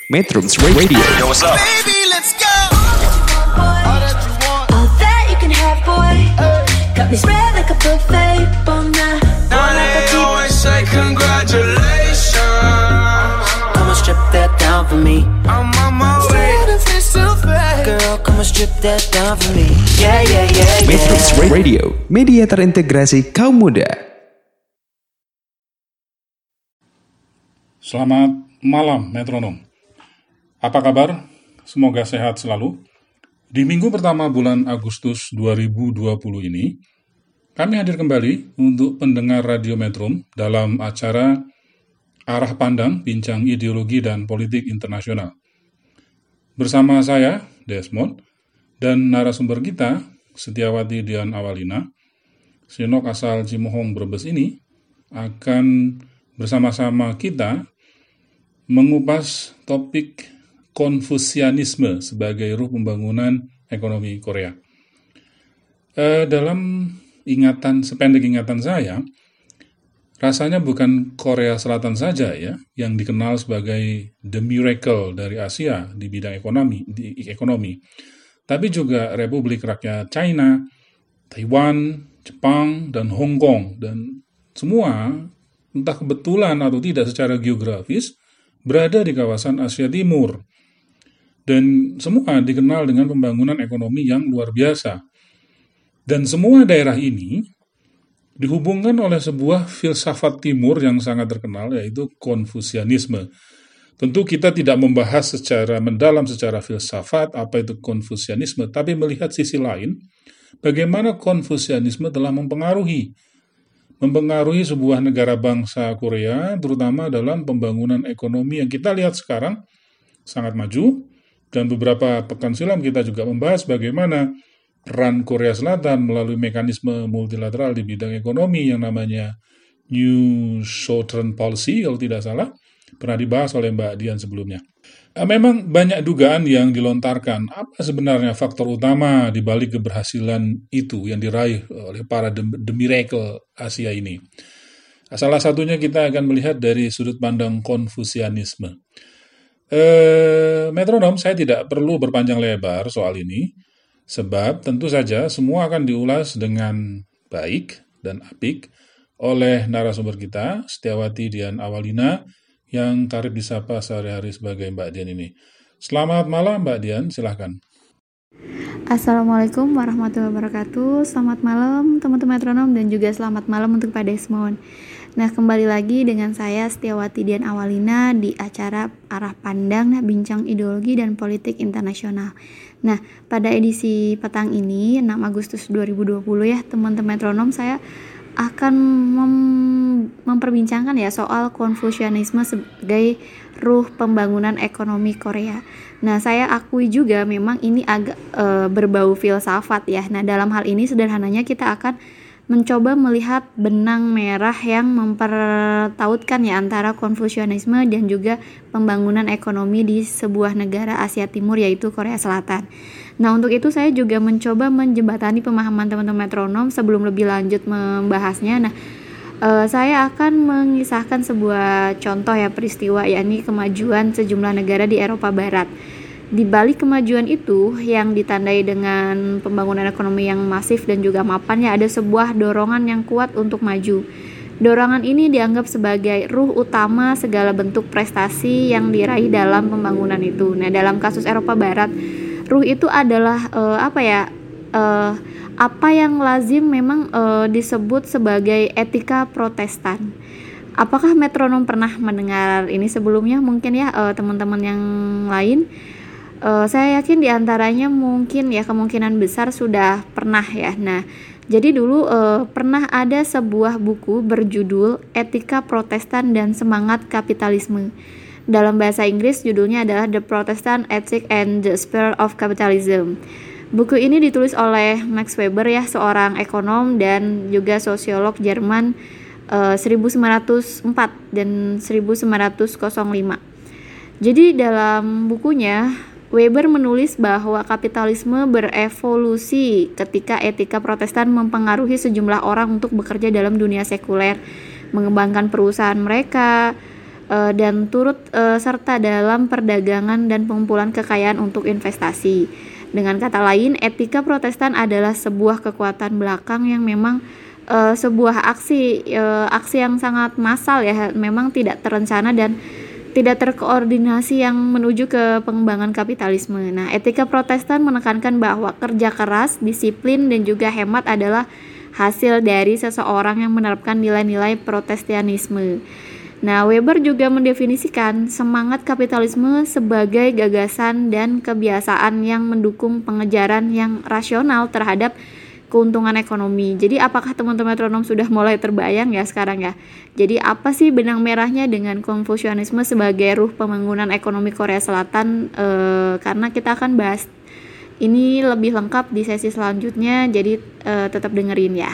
Metrums Radio. Yo, what's up? Baby, let's go. All that you want, All that you can have, boy. Got me spread like a buffet, bon night. now they always say congratulations. Come on, strip that down for me. I'm on my way. Girl, come on, strip that down for me. Yeah, yeah, yeah, yeah. Metrums Radio, media terintegrasi kaum muda. Selamat malam, metronom. Apa kabar? Semoga sehat selalu. Di minggu pertama bulan Agustus 2020 ini, kami hadir kembali untuk pendengar Radio Metrum dalam acara Arah Pandang Bincang Ideologi dan Politik Internasional. Bersama saya, Desmond, dan narasumber kita, Setiawati Dian Awalina, Sinok asal Cimohong Brebes ini, akan bersama-sama kita mengupas topik Konfusianisme sebagai ruh pembangunan ekonomi Korea. Dalam sependek ingatan saya, rasanya bukan Korea Selatan saja ya yang dikenal sebagai the miracle dari Asia di bidang ekonomi, tapi juga Republik Rakyat China, Taiwan, Jepang, dan Hong Kong, dan semua entah kebetulan atau tidak secara geografis berada di kawasan Asia Timur, dan semua dikenal dengan pembangunan ekonomi yang luar biasa. Dan semua daerah ini dihubungkan oleh sebuah filsafat timur yang sangat terkenal, yaitu Konfusianisme. Tentu kita tidak membahas secara mendalam secara filsafat apa itu Konfusianisme, tapi melihat sisi lain, bagaimana Konfusianisme telah mempengaruhi sebuah negara bangsa Korea, terutama dalam pembangunan ekonomi yang kita lihat sekarang sangat maju. Dan beberapa pekan silam kita juga membahas bagaimana peran Korea Selatan melalui mekanisme multilateral di bidang ekonomi yang namanya New Southern Policy, kalau tidak salah, pernah dibahas oleh Mbak Dian sebelumnya. Memang banyak dugaan yang dilontarkan. Apa sebenarnya faktor utama di balik keberhasilan itu yang diraih oleh para the miracle Asia ini? Salah satunya kita akan melihat dari sudut pandang Konfusianisme. Metronom, saya tidak perlu berpanjang lebar soal ini, sebab tentu saja semua akan diulas dengan baik dan apik oleh narasumber kita, Setiawati Dian Awalina, yang karib disapa sehari-hari sebagai Mbak Dian ini. Selamat malam Mbak Dian, silahkan. Assalamualaikum warahmatullahi wabarakatuh. Selamat malam teman-teman metronom dan juga selamat malam untuk Pak Desmond. Nah, kembali lagi dengan saya Setiawati Dian Awalina di acara Arah Pandang Bincang Ideologi dan Politik Internasional. Nah, pada edisi petang ini 6 Agustus 2020 ya teman-teman metronom, saya akan memperbincangkan ya soal Konfusianisme sebagai ruh pembangunan ekonomi Korea. Nah, saya akui juga memang ini agak berbau filsafat ya. Nah, dalam hal ini sederhananya kita akan mencoba melihat benang merah yang mempertautkan ya antara Konfusianisme dan juga pembangunan ekonomi di sebuah negara Asia Timur yaitu Korea Selatan. Nah, untuk itu saya juga mencoba menjembatani pemahaman teman-teman metronom sebelum lebih lanjut membahasnya. Nah, saya akan mengisahkan sebuah contoh ya peristiwa, yakni kemajuan sejumlah negara di Eropa Barat. Di balik kemajuan itu yang ditandai dengan pembangunan ekonomi yang masif dan juga mapan ya, ada sebuah dorongan yang kuat untuk maju. Dorongan ini dianggap sebagai ruh utama segala bentuk prestasi yang diraih dalam pembangunan itu. Nah, dalam kasus Eropa Barat, ruh itu adalah apa yang lazim memang disebut sebagai etika Protestan. Apakah metronom pernah mendengar ini sebelumnya? Mungkin ya teman-teman yang lain. Saya yakin diantaranya mungkin ya kemungkinan besar sudah pernah ya. Nah, jadi dulu pernah ada sebuah buku berjudul Etika Protestan dan Semangat Kapitalisme. Dalam bahasa Inggris judulnya adalah The Protestant Ethic and the Spirit of Capitalism. Buku ini ditulis oleh Max Weber ya, seorang ekonom dan juga sosiolog Jerman 1904 dan 1905. Jadi dalam bukunya Weber menulis bahwa kapitalisme berevolusi ketika etika Protestan mempengaruhi sejumlah orang untuk bekerja dalam dunia sekuler, mengembangkan perusahaan mereka, dan turut serta dalam perdagangan dan pengumpulan kekayaan untuk investasi. Dengan kata lain, etika Protestan adalah sebuah kekuatan belakang yang memang sebuah aksi yang sangat massal ya, memang tidak terencana dan tidak terkoordinasi yang menuju ke pengembangan kapitalisme. Nah, etika Protestan menekankan bahwa kerja keras, disiplin, dan juga hemat adalah hasil dari seseorang yang menerapkan nilai-nilai Protestanisme. Nah, Weber juga mendefinisikan semangat kapitalisme sebagai gagasan dan kebiasaan yang mendukung pengejaran yang rasional terhadap keuntungan ekonomi. Jadi apakah teman-teman metronom sudah mulai terbayang ya sekarang ya? Jadi apa sih benang merahnya dengan Konfusianisme sebagai ruh pembangunan ekonomi Korea Selatan? Karena kita akan bahas ini lebih lengkap di sesi selanjutnya, jadi tetap dengerin ya.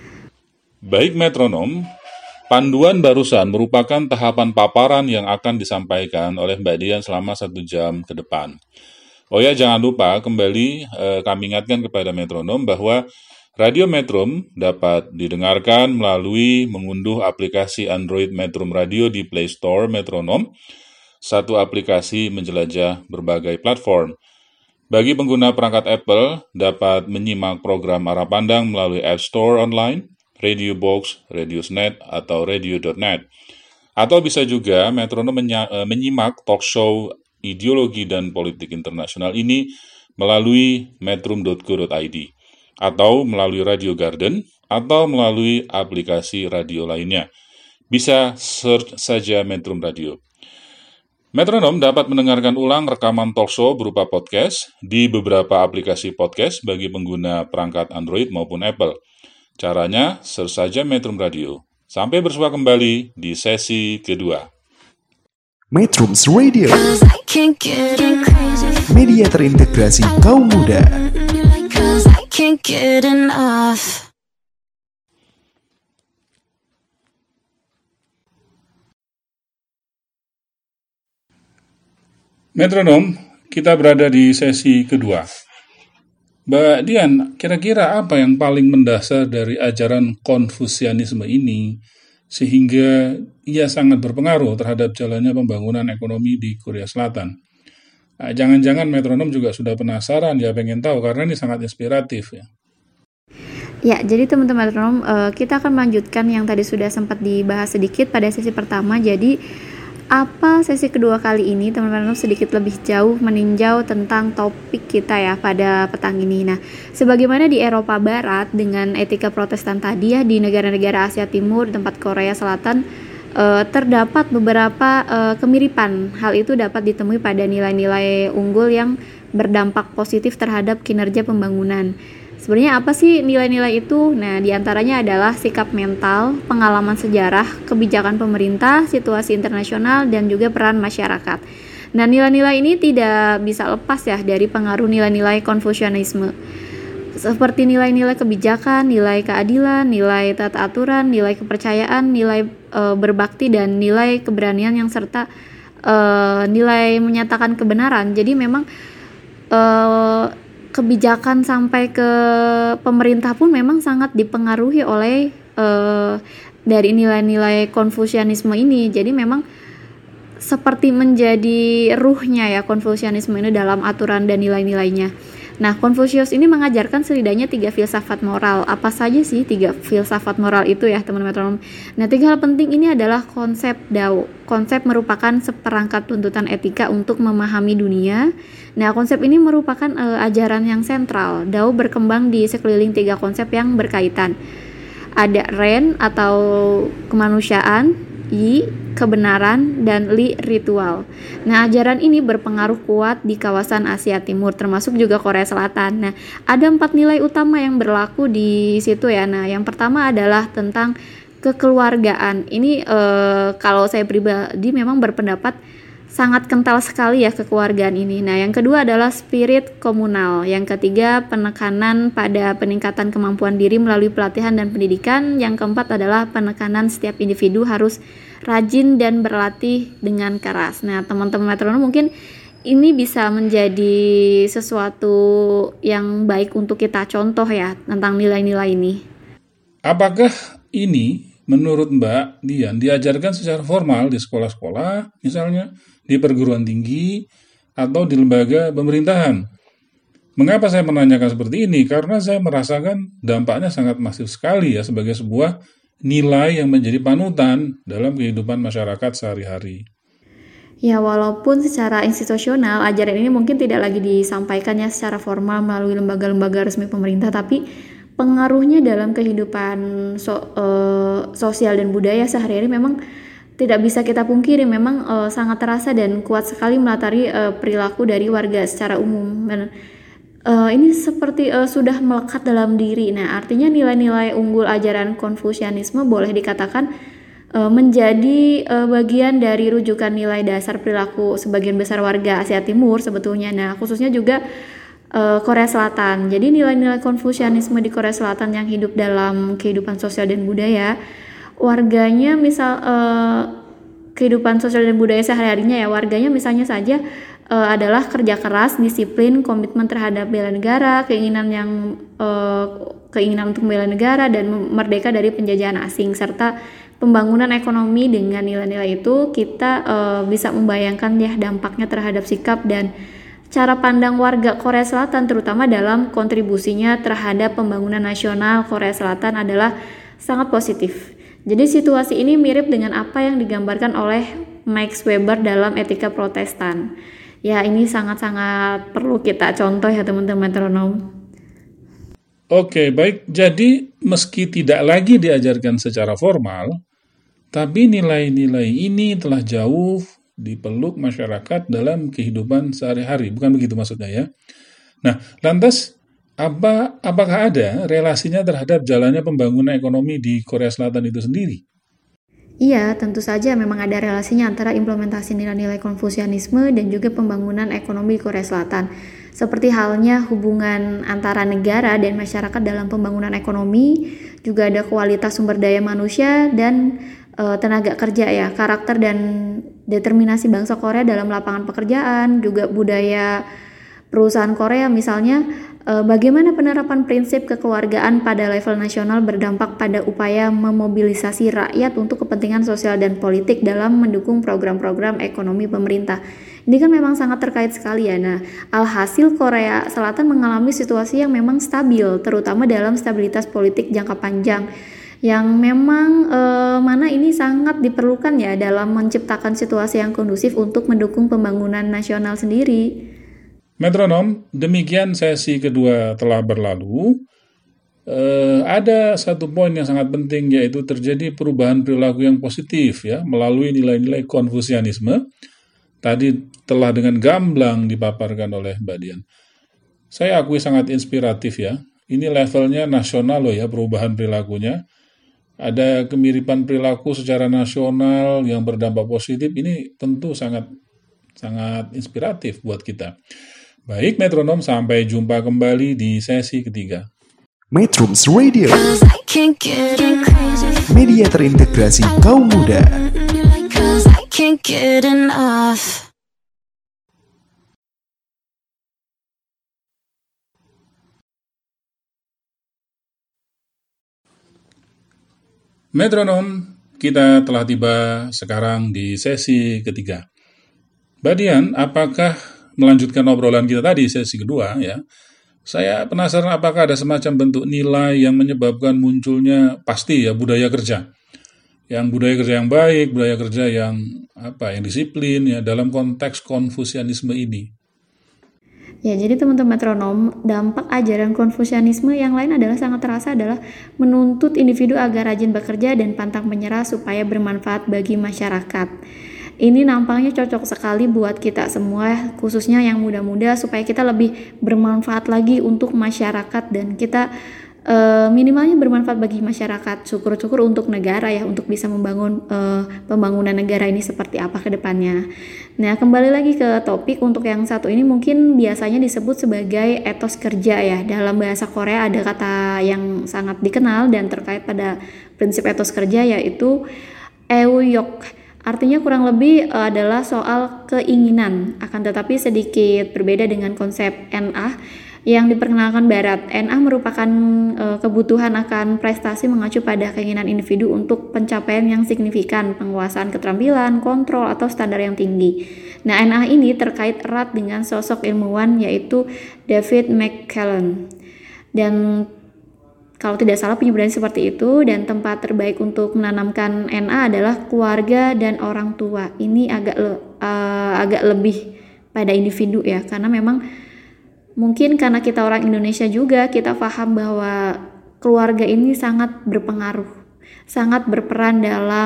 Baik metronom, panduan barusan merupakan tahapan paparan yang akan disampaikan oleh Mbak Dian selama 1 jam ke depan. Oh ya, jangan lupa kembali kami ingatkan kepada metronom bahwa Radio Metrum dapat didengarkan melalui mengunduh aplikasi Android Metrum Radio di Play Store Metronom, satu aplikasi menjelajah berbagai platform. Bagi pengguna perangkat Apple, dapat menyimak program arah pandang melalui App Store online, Radio Box, Radiosnet, atau Radio.net. Atau bisa juga metronom menyimak talk show ideologi dan politik internasional ini melalui metrum.co.id, atau melalui Radio Garden, atau melalui aplikasi radio lainnya. Bisa search saja Metrum Radio. Metronom dapat mendengarkan ulang rekaman talk show berupa podcast di beberapa aplikasi podcast bagi pengguna perangkat Android maupun Apple. Caranya, search saja Metrum Radio. Sampai bersua kembali di sesi kedua. Metrums Radio, 'Cause I can't get crazy. media terintegrasi kaum muda. 'Cause I can't get enough. Metronom, kita berada di sesi kedua. Mbak Dian, kira-kira apa yang paling mendasar dari ajaran Konfusianisme ini sehingga ia sangat berpengaruh terhadap jalannya pembangunan ekonomi di Korea Selatan? Nah, jangan-jangan metronom juga sudah penasaran ya, pengen tahu karena ini sangat inspiratif ya. Ya, jadi teman-teman metronom, kita akan melanjutkan yang tadi sudah sempat dibahas sedikit pada sesi pertama. Jadi apa sesi kedua kali ini teman-teman sedikit lebih jauh meninjau tentang topik kita ya pada petang ini. Nah, sebagaimana di Eropa Barat dengan etika Protestan tadi ya, di negara-negara Asia Timur, tempat Korea Selatan terdapat beberapa kemiripan. Hal itu dapat ditemui pada nilai-nilai unggul yang berdampak positif terhadap kinerja pembangunan. Sebenarnya apa sih nilai-nilai itu? Nah, diantaranya adalah sikap mental, pengalaman sejarah, kebijakan pemerintah, situasi internasional, dan juga peran masyarakat. Nah, nilai-nilai ini tidak bisa lepas ya dari pengaruh nilai-nilai Konfusianisme. Seperti nilai-nilai kebijakan, nilai keadilan, nilai tata aturan, nilai kepercayaan, nilai berbakti, dan nilai keberanian yang serta nilai menyatakan kebenaran. Jadi memang kebijakan sampai ke pemerintah pun memang sangat dipengaruhi oleh dari nilai-nilai Konfusianisme ini. Jadi memang seperti menjadi ruhnya ya Konfusianisme ini dalam aturan dan nilai-nilainya. Nah, Konfusius ini mengajarkan setidaknya 3 filsafat moral. Apa saja sih 3 filsafat moral itu ya teman-teman? Nah, 3 hal penting ini adalah konsep Dao. Konsep merupakan seperangkat tuntutan etika untuk memahami dunia. Nah, konsep ini merupakan ajaran yang sentral. Dao berkembang di sekeliling 3 konsep yang berkaitan. Ada Ren atau kemanusiaan, Yi, kebenaran, dan Li, ritual. Nah, ajaran ini berpengaruh kuat di kawasan Asia Timur, termasuk juga Korea Selatan. Nah, ada 4 nilai utama yang berlaku di situ ya. Nah, yang pertama adalah tentang kekeluargaan. Ini kalau saya pribadi memang berpendapat sangat kental sekali ya kekeluargaan ini. Nah, yang kedua adalah spirit komunal. Yang ketiga, penekanan pada peningkatan kemampuan diri melalui pelatihan dan pendidikan. Yang keempat adalah penekanan setiap individu harus rajin dan berlatih dengan keras. Nah, teman-teman metronom mungkin ini bisa menjadi sesuatu yang baik untuk kita contoh ya tentang nilai-nilai ini. Apakah ini menurut Mbak Dian diajarkan secara formal di sekolah-sekolah, misalnya di perguruan tinggi atau di lembaga pemerintahan. Mengapa saya menanyakan seperti ini? Karena saya merasakan dampaknya sangat masif sekali ya sebagai sebuah nilai yang menjadi panutan dalam kehidupan masyarakat sehari-hari. Ya, walaupun secara institusional ajaran ini mungkin tidak lagi disampaikannya secara formal melalui lembaga-lembaga resmi pemerintah, tapi pengaruhnya dalam kehidupan sosial dan budaya sehari-hari memang tidak bisa kita pungkiri, memang sangat terasa dan kuat sekali melatari perilaku dari warga secara umum. Dan ini seperti sudah melekat dalam diri. Nah, artinya nilai-nilai unggul ajaran Konfusianisme boleh dikatakan menjadi bagian dari rujukan nilai dasar perilaku sebagian besar warga Asia Timur sebetulnya. Nah, khususnya juga Korea Selatan. Jadi nilai-nilai Konfusianisme di Korea Selatan yang hidup dalam kehidupan sosial dan budaya, warganya misal kehidupan sosial dan budaya sehari-harinya ya, warganya misalnya saja adalah kerja keras, disiplin, komitmen terhadap bela negara, keinginan untuk bela negara dan merdeka dari penjajahan asing, serta pembangunan ekonomi. Dengan nilai-nilai itu kita bisa membayangkan ya dampaknya terhadap sikap dan cara pandang warga Korea Selatan, terutama dalam kontribusinya terhadap pembangunan nasional Korea Selatan adalah sangat positif. Jadi situasi ini mirip dengan apa yang digambarkan oleh Max Weber dalam Etika Protestan. Ya, ini sangat-sangat perlu kita contoh ya teman-teman metronom. Oke, baik. Jadi meski tidak lagi diajarkan secara formal, tapi nilai-nilai ini telah jauh dipeluk masyarakat dalam kehidupan sehari-hari. Bukan begitu maksudnya ya? Nah, lantas apakah ada relasinya terhadap jalannya pembangunan ekonomi di Korea Selatan itu sendiri? Iya, tentu saja memang ada relasinya antara implementasi nilai-nilai Konfusianisme dan juga pembangunan ekonomi di Korea Selatan. Seperti halnya hubungan antara negara dan masyarakat dalam pembangunan ekonomi, juga ada kualitas sumber daya manusia dan tenaga kerja ya, karakter dan determinasi bangsa Korea dalam lapangan pekerjaan, juga budaya perusahaan Korea misalnya, bagaimana penerapan prinsip kekeluargaan pada level nasional berdampak pada upaya memobilisasi rakyat untuk kepentingan sosial dan politik dalam mendukung program-program ekonomi pemerintah. Ini kan memang sangat terkait sekali ya. Nah, alhasil Korea Selatan mengalami situasi yang memang stabil, terutama dalam stabilitas politik jangka panjang, yang memang mana ini sangat diperlukan ya dalam menciptakan situasi yang kondusif untuk mendukung pembangunan nasional sendiri. Metronom, demikian sesi kedua telah berlalu. Ada satu poin yang sangat penting, yaitu terjadi perubahan perilaku yang positif ya melalui nilai-nilai Konfusianisme. Tadi telah dengan gamblang dipaparkan oleh Mbak Dian. Saya akui sangat inspiratif ya. Ini levelnya nasional loh ya perubahan perilakunya. Ada kemiripan perilaku secara nasional yang berdampak positif. Ini tentu sangat inspiratif buat kita. Baik metronom, sampai jumpa kembali di sesi ketiga. Metrums Radio, media terintegrasi kaum muda. Metronom, kita telah tiba sekarang di sesi ketiga. Mbak Dian, apakah melanjutkan obrolan kita tadi sesi kedua ya, saya penasaran apakah ada semacam bentuk nilai yang menyebabkan munculnya pasti ya budaya kerja yang baik, budaya kerja yang disiplin ya dalam konteks Konfusianisme ini. Ya, jadi teman-teman metronom, dampak ajaran Konfusianisme yang lain adalah sangat terasa adalah menuntut individu agar rajin bekerja dan pantang menyerah supaya bermanfaat bagi masyarakat. Ini nampaknya cocok sekali buat kita semua, khususnya yang muda-muda, supaya kita lebih bermanfaat lagi untuk masyarakat dan kita minimalnya bermanfaat bagi masyarakat, syukur-syukur untuk negara ya, untuk bisa membangun pembangunan negara ini seperti apa ke depannya. Nah, kembali lagi ke topik, untuk yang satu ini mungkin biasanya disebut sebagai etos kerja ya. Dalam bahasa Korea ada kata yang sangat dikenal dan terkait pada prinsip etos kerja, yaitu euyok. Artinya kurang lebih adalah soal keinginan, akan tetapi sedikit berbeda dengan konsep NA. yang diperkenalkan Barat. NA merupakan kebutuhan akan prestasi mengacu pada keinginan individu untuk pencapaian yang signifikan, penguasaan keterampilan, kontrol, atau standar yang tinggi. Nah, NA ini terkait erat dengan sosok ilmuwan yaitu David McCallum. Dan kalau tidak salah penyebutannya seperti itu, dan tempat terbaik untuk menanamkan NA adalah keluarga dan orang tua. Ini agak lebih pada individu ya, karena memang mungkin karena kita orang Indonesia juga, kita paham bahwa keluarga ini sangat berpengaruh, sangat berperan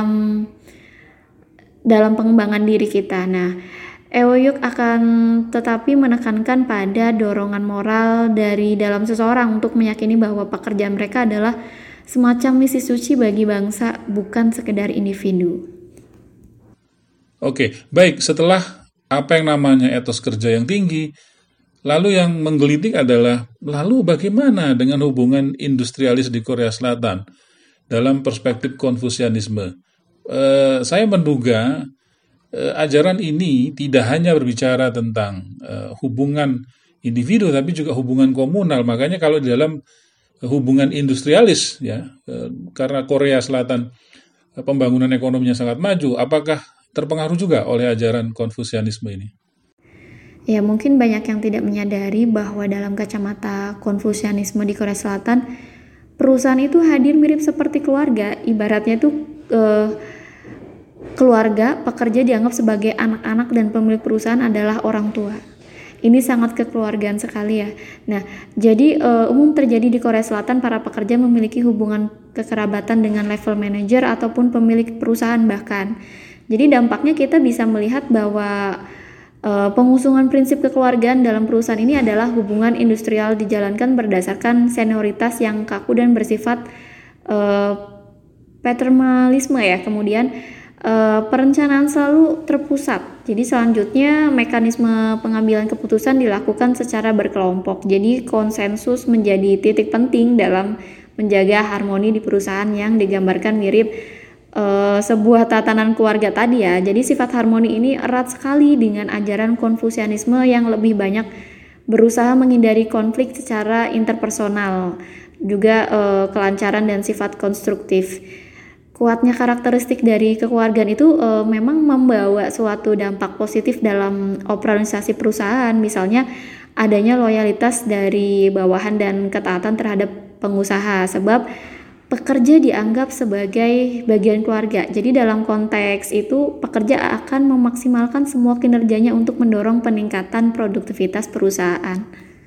dalam pengembangan diri kita. Nah, Ewoyuk akan tetapi menekankan pada dorongan moral dari dalam seseorang untuk meyakini bahwa pekerjaan mereka adalah semacam misi suci bagi bangsa, bukan sekedar individu. Oke, baik. Setelah apa yang namanya etos kerja yang tinggi, lalu yang menggelitik adalah, lalu bagaimana dengan hubungan industrialis di Korea Selatan dalam perspektif Konfusianisme? Saya menduga ajaran ini tidak hanya berbicara tentang hubungan individu, tapi juga hubungan komunal. Makanya kalau di dalam hubungan industrialis, ya, karena Korea Selatan pembangunan ekonominya sangat maju, apakah terpengaruh juga oleh ajaran Konfusianisme ini? Ya, mungkin banyak yang tidak menyadari bahwa dalam kacamata Konfusianisme di Korea Selatan, perusahaan itu hadir mirip seperti keluarga. Ibaratnya itu keluarga, pekerja dianggap sebagai anak-anak dan pemilik perusahaan adalah orang tua. Ini sangat kekeluargaan sekali ya. Nah, jadi umum terjadi di Korea Selatan, para pekerja memiliki hubungan kekerabatan dengan level manajer ataupun pemilik perusahaan bahkan. Jadi dampaknya kita bisa melihat bahwa pengusungan prinsip kekeluargaan dalam perusahaan ini adalah hubungan industrial dijalankan berdasarkan senioritas yang kaku dan bersifat paternalisme ya. Kemudian perencanaan selalu terpusat. Jadi selanjutnya mekanisme pengambilan keputusan dilakukan secara berkelompok. Jadi konsensus menjadi titik penting dalam menjaga harmoni di perusahaan yang digambarkan mirip sebuah tatanan keluarga tadi ya. Jadi sifat harmoni ini erat sekali dengan ajaran Konfusianisme yang lebih banyak berusaha menghindari konflik secara interpersonal, juga kelancaran dan sifat konstruktif. Kuatnya karakteristik dari kekeluargaan itu memang membawa suatu dampak positif dalam organisasi perusahaan, misalnya adanya loyalitas dari bawahan dan ketaatan terhadap pengusaha, sebab pekerja dianggap sebagai bagian keluarga. Jadi dalam konteks itu, pekerja akan memaksimalkan semua kinerjanya untuk mendorong peningkatan produktivitas perusahaan.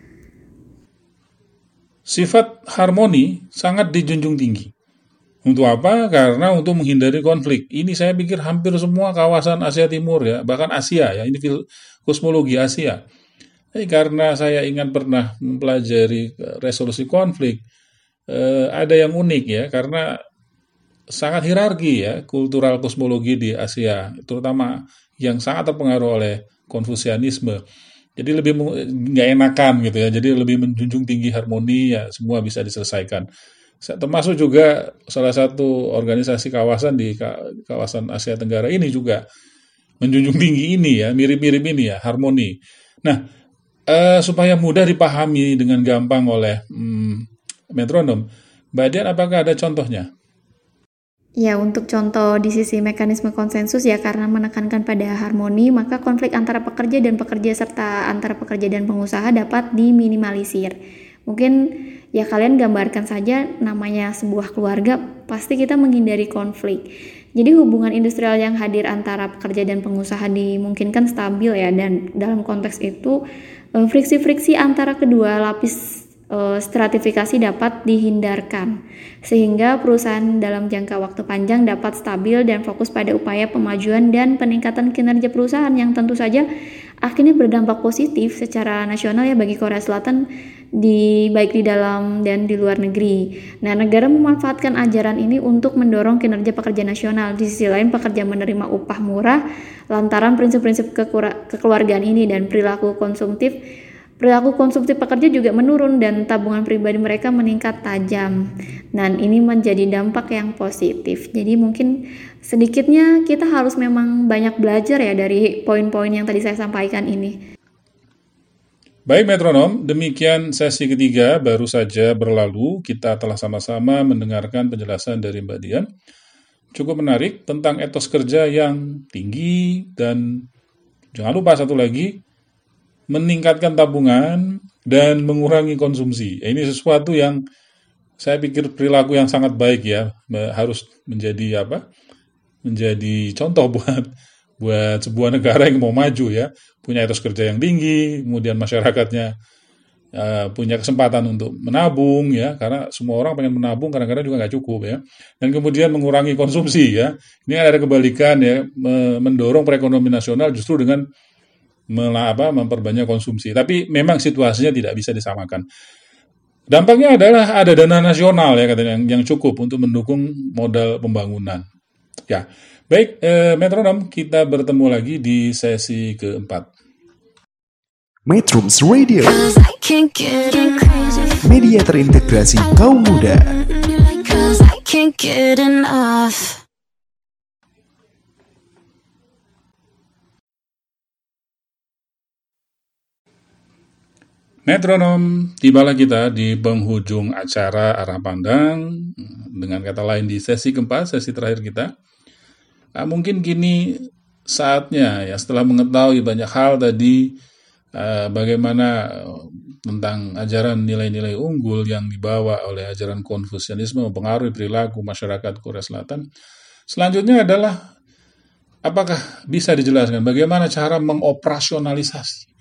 Sifat harmoni sangat dijunjung tinggi. Untuk apa? Karena untuk menghindari konflik. Ini saya pikir hampir semua kawasan Asia Timur ya, bahkan Asia ya, ini kosmologi Asia. Karena saya ingat pernah mempelajari resolusi konflik, ada yang unik ya, karena sangat hierarki ya, kultural kosmologi di Asia, terutama yang sangat terpengaruh oleh Konfusianisme. Jadi lebih nggak enakan gitu ya, jadi lebih menjunjung tinggi harmoni ya, semua bisa diselesaikan. Termasuk juga salah satu organisasi kawasan di kawasan Asia Tenggara ini juga menjunjung tinggi ini ya, mirip-mirip ini ya, harmoni. Nah, supaya mudah dipahami dengan gampang oleh metronom, Mbak Dian, apakah ada contohnya? Ya, untuk contoh di sisi mekanisme konsensus ya, karena menekankan pada harmoni, maka konflik antara pekerja dan pekerja serta antara pekerja dan pengusaha dapat diminimalisir. Mungkin ya kalian gambarkan saja, namanya sebuah keluarga, pasti kita menghindari konflik. Jadi hubungan industrial yang hadir antara pekerja dan pengusaha dimungkinkan stabil ya, dan dalam konteks itu friksi-friksi antara kedua lapis stratifikasi dapat dihindarkan, sehingga perusahaan dalam jangka waktu panjang dapat stabil dan fokus pada upaya pemajuan dan peningkatan kinerja perusahaan yang tentu saja akhirnya berdampak positif secara nasional ya bagi Korea Selatan, baik di dalam dan di luar negeri. Nah, negara memanfaatkan ajaran ini untuk mendorong kinerja pekerja nasional. Di sisi lain, pekerja menerima upah murah lantaran prinsip-prinsip kekeluargaan ini, dan perilaku konsumtif pekerja juga menurun dan tabungan pribadi mereka meningkat tajam. Dan ini menjadi dampak yang positif. Jadi mungkin sedikitnya kita harus memang banyak belajar ya dari poin-poin yang tadi saya sampaikan ini. Baik metronom, demikian sesi ketiga baru saja berlalu. Kita telah sama-sama mendengarkan penjelasan dari Mbak Dian. Cukup menarik tentang etos kerja yang tinggi dan jangan lupa satu lagi, meningkatkan tabungan dan mengurangi konsumsi. Ini sesuatu yang saya pikir perilaku yang sangat baik ya, harus menjadi menjadi contoh buat sebuah negara yang mau maju ya, punya etos kerja yang tinggi, kemudian masyarakatnya punya kesempatan untuk menabung ya, karena semua orang pengen menabung, kadang-kadang juga nggak cukup ya, dan kemudian mengurangi konsumsi ya. Ini ada kebalikan ya, mendorong perekonomian nasional justru dengan memperbanyak konsumsi. Tapi memang situasinya tidak bisa disamakan. Dampaknya adalah ada dana nasional ya katanya yang cukup untuk mendukung modal pembangunan. Ya, baik metronom, kita bertemu lagi di sesi keempat. Metrums Radio, Cause I can't get enough. media terintegrasi kaum muda. Cause I can't get enough. Metronom, tibalah kita di penghujung acara Arah Pandang, dengan kata lain di sesi keempat, sesi terakhir kita. Mungkin kini saatnya ya, setelah mengetahui banyak hal tadi, bagaimana tentang ajaran nilai-nilai unggul yang dibawa oleh ajaran Konfusianisme mempengaruhi perilaku masyarakat Korea Selatan. Selanjutnya adalah apakah bisa dijelaskan bagaimana cara mengoperasionalisasi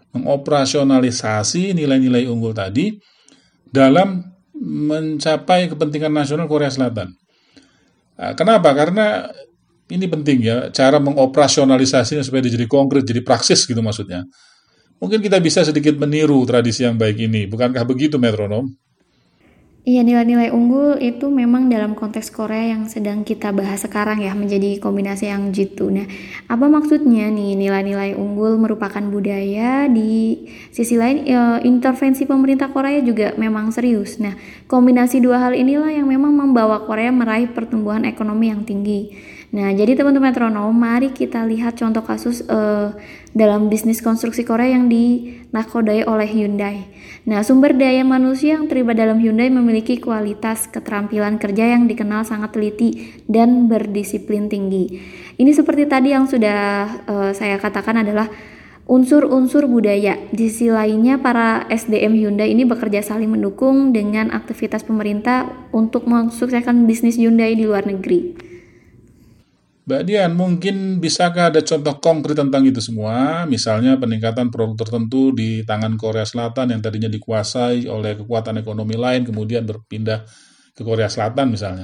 nilai-nilai unggul tadi dalam mencapai kepentingan nasional Korea Selatan. Kenapa? Karena ini penting ya, cara mengoperasionalisasinya supaya jadi konkret, jadi praksis gitu maksudnya. Mungkin kita bisa sedikit meniru tradisi yang baik ini, bukankah begitu metronom? Iya, nilai-nilai unggul itu memang dalam konteks Korea yang sedang kita bahas sekarang ya, menjadi kombinasi yang jitu. Nah, apa maksudnya nih nilai-nilai unggul merupakan budaya, di sisi lain intervensi pemerintah Korea juga memang serius. Nah, kombinasi dua hal inilah yang memang membawa Korea meraih pertumbuhan ekonomi yang tinggi. Nah, jadi teman-teman metronom, mari kita lihat contoh kasus dalam bisnis konstruksi Korea yang dinakodai oleh Hyundai. Nah, sumber daya manusia yang terlibat dalam Hyundai memiliki kualitas keterampilan kerja yang dikenal sangat teliti dan berdisiplin tinggi. Ini seperti tadi yang sudah saya katakan adalah unsur-unsur budaya. Di sisi lainnya, para SDM Hyundai ini bekerja saling mendukung dengan aktivitas pemerintah untuk mensukseskan bisnis Hyundai di luar negeri. Mbak Dian, mungkin bisakah ada contoh konkret tentang itu semua? Misalnya peningkatan produk tertentu di tangan Korea Selatan yang tadinya dikuasai oleh kekuatan ekonomi lain, kemudian berpindah ke Korea Selatan misalnya.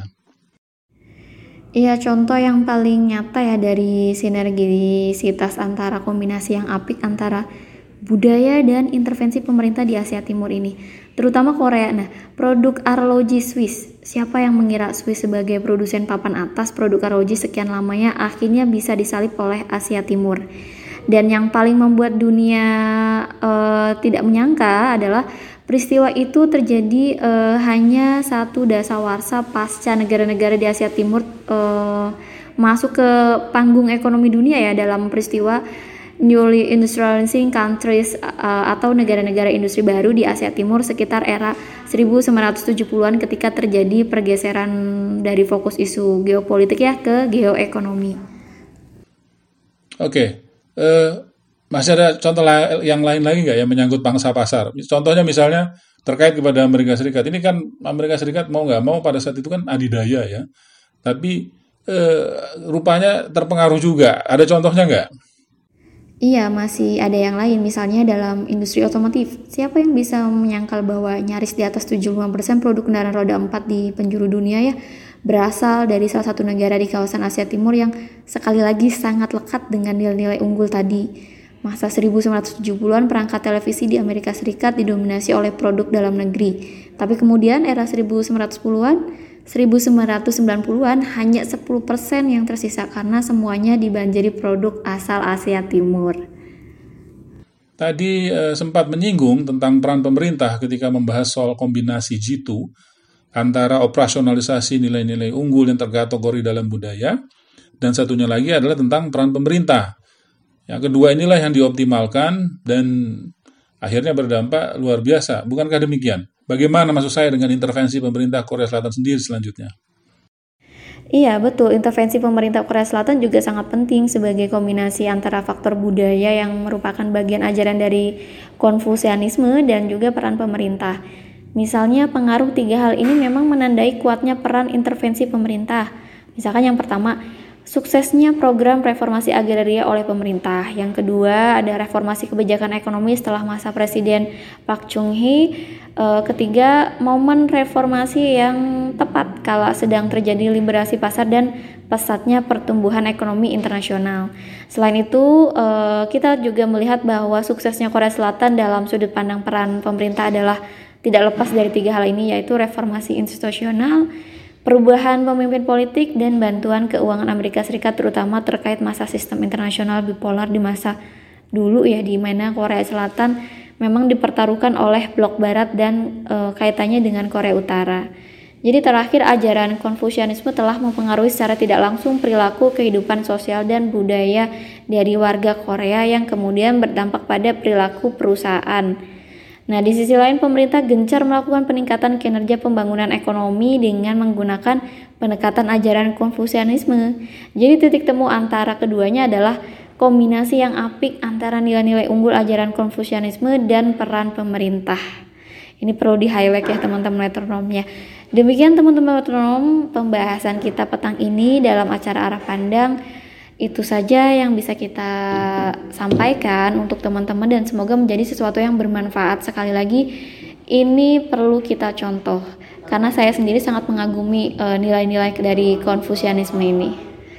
Iya, contoh yang paling nyata ya dari sinergisitas antara kombinasi yang apik antara budaya dan intervensi pemerintah di Asia Timur ini, terutama Korea. Nah, produk arloji Swiss, siapa yang mengira Swiss sebagai produsen papan atas produk arloji sekian lamanya akhirnya bisa disalip oleh Asia Timur. Dan yang paling membuat dunia tidak menyangka adalah peristiwa itu terjadi hanya satu dasawarsa pasca negara-negara di Asia Timur masuk ke panggung ekonomi dunia ya, dalam peristiwa newly industrializing countries atau negara-negara industri baru di Asia Timur sekitar era 1970-an, ketika terjadi pergeseran dari fokus isu geopolitik ya ke geoekonomi. Oke, masih ada contoh yang lain lagi nggak yang menyangkut pangsa pasar? Contohnya misalnya terkait kepada Amerika Serikat. Ini kan Amerika Serikat mau nggak mau pada saat itu kan adidaya ya, tapi rupanya terpengaruh juga. Ada contohnya nggak? Iya, masih ada yang lain, misalnya dalam industri otomotif. Siapa yang bisa menyangkal bahwa nyaris di atas 75% produk kendaraan roda 4 di penjuru dunia ya berasal dari salah satu negara di kawasan Asia Timur yang sekali lagi sangat lekat dengan nilai-nilai unggul tadi. Masa 1970-an perangkat televisi di Amerika Serikat didominasi oleh produk dalam negeri. Tapi kemudian era 1910-an 1990-an hanya 10% yang tersisa karena semuanya dibanjiri produk asal Asia Timur. Tadi sempat menyinggung tentang peran pemerintah ketika membahas soal kombinasi jitu antara operasionalisasi nilai-nilai unggul yang terkategori dalam budaya, dan satunya lagi adalah tentang peran pemerintah. Yang kedua inilah yang dioptimalkan dan akhirnya berdampak luar biasa. Bukankah demikian? Bagaimana maksud saya dengan intervensi pemerintah Korea Selatan sendiri selanjutnya? Iya, betul. Intervensi pemerintah Korea Selatan juga sangat penting sebagai kombinasi antara faktor budaya yang merupakan bagian ajaran dari Konfusianisme dan juga peran pemerintah. Misalnya, pengaruh 3 hal ini memang menandai kuatnya peran intervensi pemerintah. Misalkan yang pertama, suksesnya program reformasi agraria oleh pemerintah. Yang kedua, ada reformasi kebijakan ekonomi setelah masa Presiden Park Chung-hee. Ketiga, momen reformasi yang tepat kala sedang terjadi liberasi pasar dan pesatnya pertumbuhan ekonomi internasional. Selain itu, kita juga melihat bahwa suksesnya Korea Selatan dalam sudut pandang peran pemerintah adalah tidak lepas dari 3 hal ini, yaitu reformasi institusional, perubahan pemimpin politik, dan bantuan keuangan Amerika Serikat terutama terkait masa sistem internasional bipolar di masa dulu ya, di mana Korea Selatan memang dipertaruhkan oleh blok barat dan kaitannya dengan Korea Utara. Jadi terakhir, ajaran Konfusianisme telah mempengaruhi secara tidak langsung perilaku, kehidupan sosial dan budaya dari warga Korea yang kemudian berdampak pada perilaku perusahaan. Nah, di sisi lain pemerintah gencar melakukan peningkatan kinerja pembangunan ekonomi dengan menggunakan pendekatan ajaran Konfusianisme. Jadi titik temu antara keduanya adalah kombinasi yang apik antara nilai-nilai unggul ajaran Konfusianisme dan peran pemerintah. Ini perlu di-highlight ya teman-teman metronomnya. Demikian teman-teman metronom pembahasan kita petang ini dalam acara Arah Pandang. Itu saja yang bisa kita sampaikan untuk teman-teman dan semoga menjadi sesuatu yang bermanfaat. Sekali lagi, ini perlu kita contoh karena saya sendiri sangat mengagumi nilai-nilai dari Konfusianisme ini.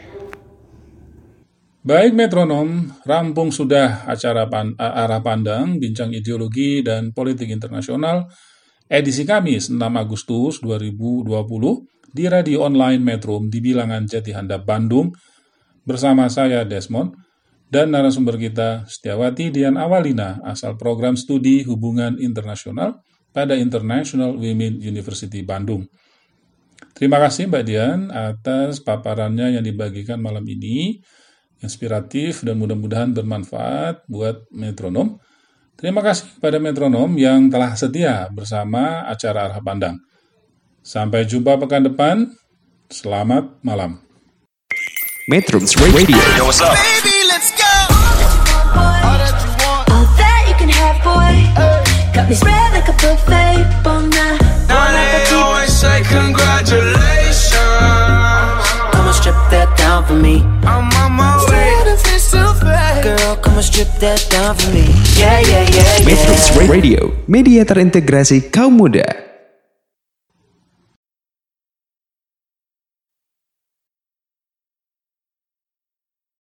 Baik metronom, rampung sudah acara Arah Pandang, Bincang Ideologi dan Politik Internasional, edisi Kamis 6 Agustus 2020 di radio online Metrum di Bilangan Jati Handap, Bandung, bersama saya Desmond, dan narasumber kita Setiawati Dian Awalina, asal program studi hubungan internasional pada International Women University Bandung. Terima kasih Mbak Dian atas paparannya yang dibagikan malam ini, inspiratif dan mudah-mudahan bermanfaat buat metronom. Terima kasih kepada metronom yang telah setia bersama acara Arah Pandang. Sampai jumpa pekan depan. Selamat malam. Metrums Radio. Yo, what's up? Baby, let's go. All that you want. All that you can have, boy. Got me spread like a buffet, bon night. Now they always say congratulations. Come on, strip that down for me. I'm on my way. Girl, come on, strip that down for me. Yeah, yeah, yeah, yeah. Metrums Radio, media terintegrasi kaum muda.